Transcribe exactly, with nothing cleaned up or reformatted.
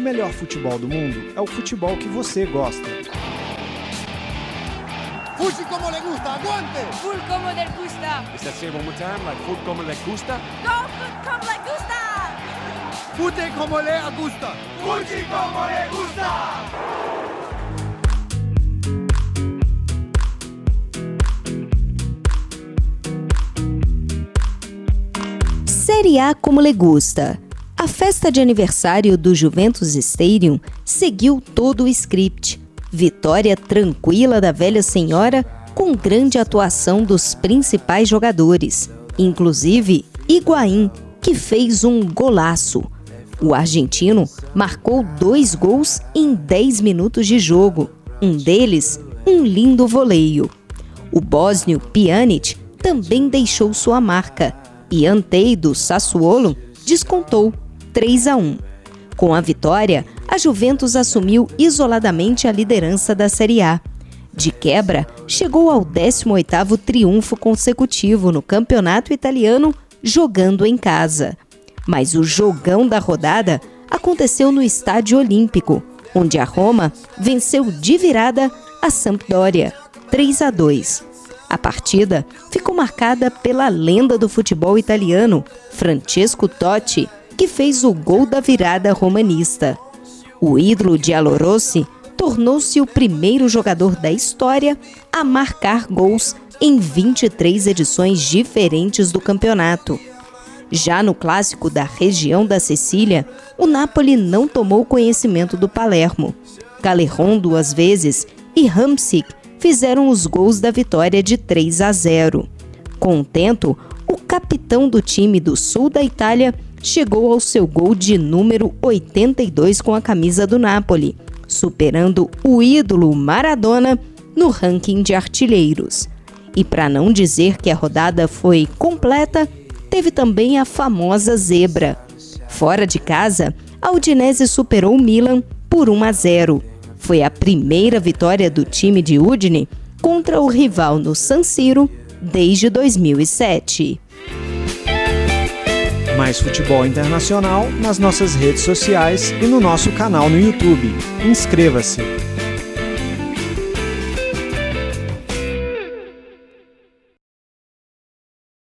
o melhor futebol do mundo é o futebol que você gosta. Fute como le gusta, aguante! Full como le gusta. Is that say one more time, like food como le gusta? Go food como le gusta. Fute como le gusta. Fute como le gusta. Série A como le gusta. A festa de aniversário do Juventus Stadium seguiu todo o script. Vitória tranquila da velha senhora com grande atuação dos principais jogadores, inclusive Higuaín, que fez um golaço. O argentino marcou dois gols em dez minutos de jogo, um deles um lindo voleio. O bósnio Pjanic também deixou sua marca e Antei do Sassuolo descontou três a um. Com a vitória, a Juventus assumiu isoladamente a liderança da Série A. De quebra, chegou ao décimo oitavo triunfo consecutivo no campeonato italiano, jogando em casa. Mas o jogão da rodada aconteceu no Estádio Olímpico, onde a Roma venceu de virada a Sampdoria, três a dois. A partida ficou marcada pela lenda do futebol italiano, Francesco Totti, que fez o gol da virada romanista. O ídolo de Giallorossi tornou-se o primeiro jogador da história a marcar gols em vinte e três edições diferentes do campeonato. Já no clássico da região da Sicília, o Napoli não tomou conhecimento do Palermo. Calejon duas vezes e Hamsik fizeram os gols da vitória de três a zero. Contento, o capitão do time do sul da Itália chegou ao seu gol de número oitenta e dois com a camisa do Napoli, superando o ídolo Maradona no ranking de artilheiros. E para não dizer que a rodada foi completa, teve também a famosa zebra. Fora de casa, a Udinese superou o Milan por um a zero. Foi a primeira vitória do time de Udine contra o rival no San Siro desde dois mil e sete. Mais futebol internacional nas nossas redes sociais e no nosso canal no YouTube. Inscreva-se!